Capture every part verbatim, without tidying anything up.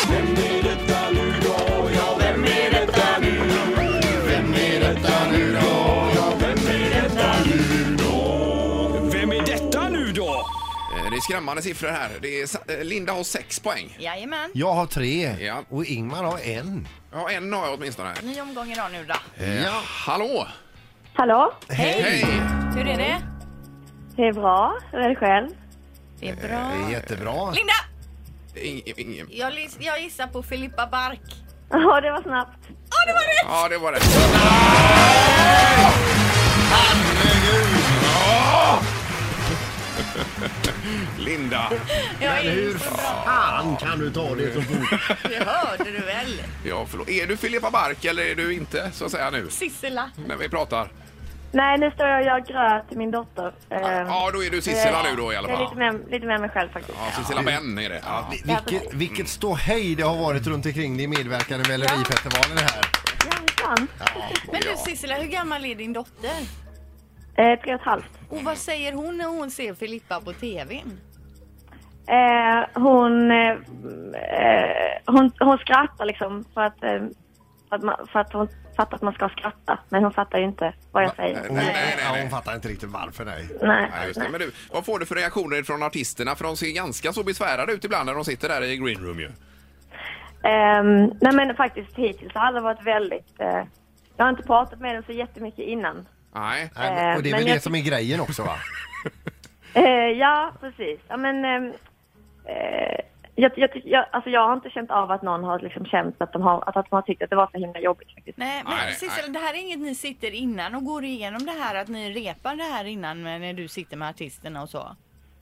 Vem är detta nu då? Ja, vem är detta nu? Vem är detta nu då? Ja, vem är detta nu då? Vem är detta nu då? Det är skrämmande siffror här. Det är, Linda har sex poäng. Jajamän. Jag har tre Ja. och Ingmar har en. Ja, en har jag åtminstone. Ny omgång idag nu då. Eh, ja. Hallå? Hallå, Hej! Hej! Hur är det? det är bra. Hur är det själv? Det är bra. Det är jättebra. Linda! Ing, ing, Jag, lis- jag gissar på Filippa Bark. Ja, det var snabbt. Ja, det var rätt! Ja, det var det. Herregud! Linda. Jag är Hur så bra. fan kan du ta det så fort? Det hörde du väl? Ja, förlåt. Är du Filippa Bark eller är du inte, så att säga nu? Sissela. När vi pratar. Nej, nu står jag och gör gröt till min dotter. Eh, Ja, då är du Sissela nu då i alla Jag är lite fall. med, lite med mig själv faktiskt. Ja, Sissela Ben är det. Ja. Vilket, vilket ståhej det har varit runt omkring din medverkan i Melodifestivalen här. Jajamän. Men du Sissela, hur gammal är din dotter? Eh, tre och ett halvt. Och vad säger hon när hon ser Filippa på tvn? Eh, hon, eh, eh, hon, hon skrattar liksom för att, eh, för, att man, för att hon fattar att man ska skratta. Men hon fattar ju inte vad jag säger. Nej, nej, nej, Ja, nej. hon fattar inte riktigt varför, nej. Nej, Ja, just det. Men du, vad får du för reaktioner från artisterna? För de ser ganska så besvärade ut ibland när de sitter där i green room ju. Ehm, nej men faktiskt hittills har alla varit väldigt... Eh, jag har inte pratat med dem så jättemycket innan. Nej. Nej, men- och det är men väl jag det som är grejen också, va? Eh, ja, precis. Ja, men, ehm, eh, jag, jag, jag, alltså jag har inte känt av att någon har liksom känt att de har, att, att de har tyckt att det var så himla jobbigt faktiskt. Nej, men Nej, Sissela, nej. det här är inget ni sitter innan och går igenom det här, att ni repar det här innan när du sitter med artisterna och så?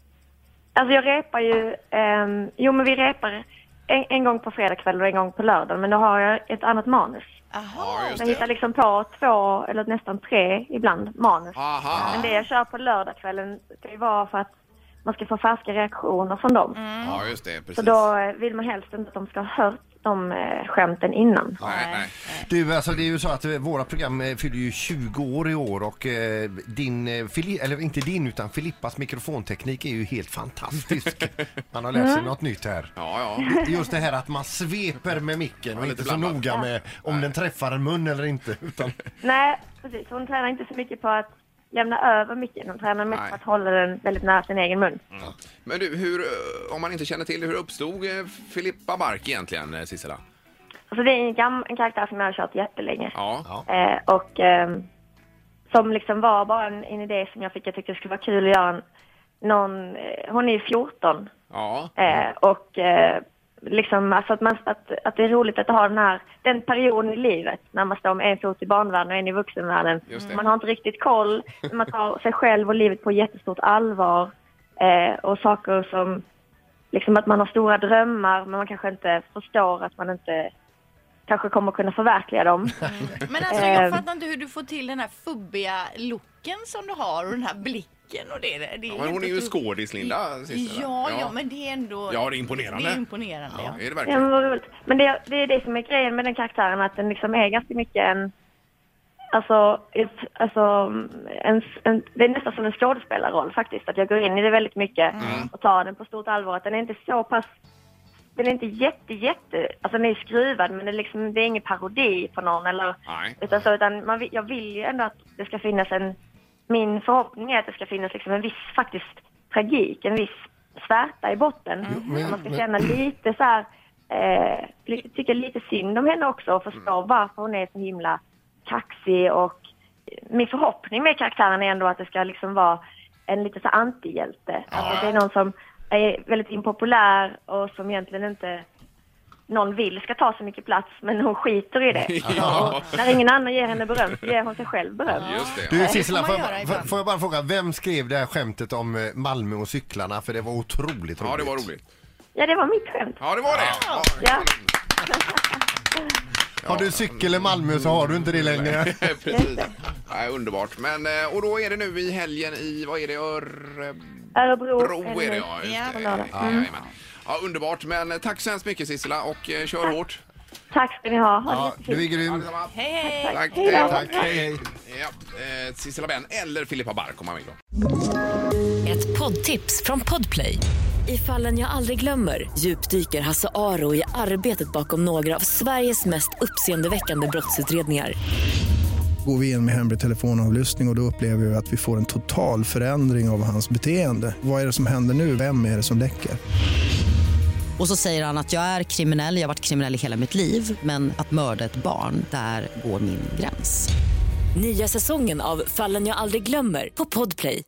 Alltså jag repar ju... ehm, jo, men vi repar en, en gång på fredagkväll och en gång på lördag. Men då har jag ett annat manus. Ja, Aha. just Jag det. hittar liksom på två eller nästan tre ibland manus. Aha. Men det jag kör på lördagskvällen ska ju vara för att man ska få färska reaktioner från dem. Ja, just det. Precis. Så då eh, vill man helst inte att de ska ha hört de eh, skämten innan. Nej, nej. Du, alltså det är ju så att eh, våra program eh, fyller ju tjugo år i år och eh, din, eh, Fili- eller inte din utan Filippas mikrofonteknik är ju helt fantastisk. Man har lärt sig något nytt här. Ja, ja. Just det här att man sveper med micken och Ja, inte lite så blandat. noga med om den träffar en mun eller inte. Utan... Nej, precis. Hon tränar inte så mycket på att lämna över micken. Hon tränar mest Nej. på att hålla den väldigt nära sin egen mun. Men du, hur, eh, om man inte känner till hur uppstod eh, Filippa Bark egentligen, eh, Sissela? Alltså det är en, gam- en karaktär som jag har kört jättelänge. Ja. Eh, och eh, som liksom var bara en, en idé som jag fick. Jag tyckte det skulle vara kul att göra en, någon... Eh, hon är fjorton. Ja. Eh, och eh, liksom alltså att, man, att, att det är roligt att ha den här den perioden i livet när man står med en fot i barnvärlden och en i vuxenvärlden. Just det. Man har inte riktigt koll, men man tar sig själv och livet på jättestort allvar eh, och saker som liksom att man har stora drömmar men man kanske inte förstår att man inte kanske kommer kunna förverkliga dem. Men alltså jag Ehm. fattar inte hur du får till den här fubbiga looken som du har och den här blicken och det. det är Ja, men hon är ju helt otro- skådis, Linda, Sissela. Ja, ja, Ja. men det är ändå... Ja, det är imponerande. Det är imponerande, ja. Är det Ja, verkligen? men, vad roligt. Men det, det är det som är grejen med den karaktären, att den liksom är ganska mycket en... Alltså, ett, alltså en, en, det är nästan som en skådespelarroll faktiskt. Att jag går in i det väldigt mycket och tar den på stort allvar. Att den är inte så pass... Den är inte jätte, jätte... Alltså den är skruvad, men det är, liksom, det är ingen parodi på någon. Eller, Nej. utan så, utan man, vill- jag vill ju ändå att det ska finnas en... Min förhoppning är att det ska finnas liksom en viss faktiskt tragik, en viss svärta i botten. men- Man ska men- känna lite så här... Eh, lite, tycka lite synd om henne också och förstå varför hon är så himla kaxig. Och min förhoppning med karaktären är ändå att det ska liksom vara en lite så antihjälte. Alltså det är någon som är väldigt impopulär och som egentligen inte någon vill ska ta så mycket plats, men hon skiter i det. Ja. Och när ingen annan ger henne beröm så ger hon sig själv beröm. Just det. Du Ja. Sissela, får får man göra jag, ibland. får jag bara fråga, vem skrev det här skämtet om eh, Malmö och cyklarna? För det var otroligt roligt. Ja, det var roligt. Ja, det var mitt skämt. Ja, det var det. Ja. Ja. Har du cykel i Malmö så har du inte det längre. Precis. Ja, underbart. Men, eh, och då är det nu i helgen i, vad är det, Örebro Örebro. är det, ja. Just Ja, det. på lördag. Ja, jajamän. Ja, underbart. Men eh, tack så hemskt mycket, Sissela, och eh, kör hårt. Tack ska ni ha. Ha det Ja, jättefint. du är grym. Allesamma. Hej, hej! Tack. Hej då. Hej då. Tack, hej hej. Ja, eh, Sissela Ben eller Filippa Bark om man vill då. Ett poddtips från Podplay. I Fallen jag aldrig glömmer djupdyker Hasse Aro i arbetet bakom några av Sveriges mest uppseendeväckande brottsutredningar. Går vi in med hemlig telefonavlyssning och, och då upplever vi att vi får en total förändring av hans beteende. Vad är det som händer nu? Vem är det som läcker? Och så säger han att jag är kriminell, jag har varit kriminell i hela mitt liv. Men att mörda ett barn, där går min gräns. Nya säsongen av Fallen jag aldrig glömmer på Podplay.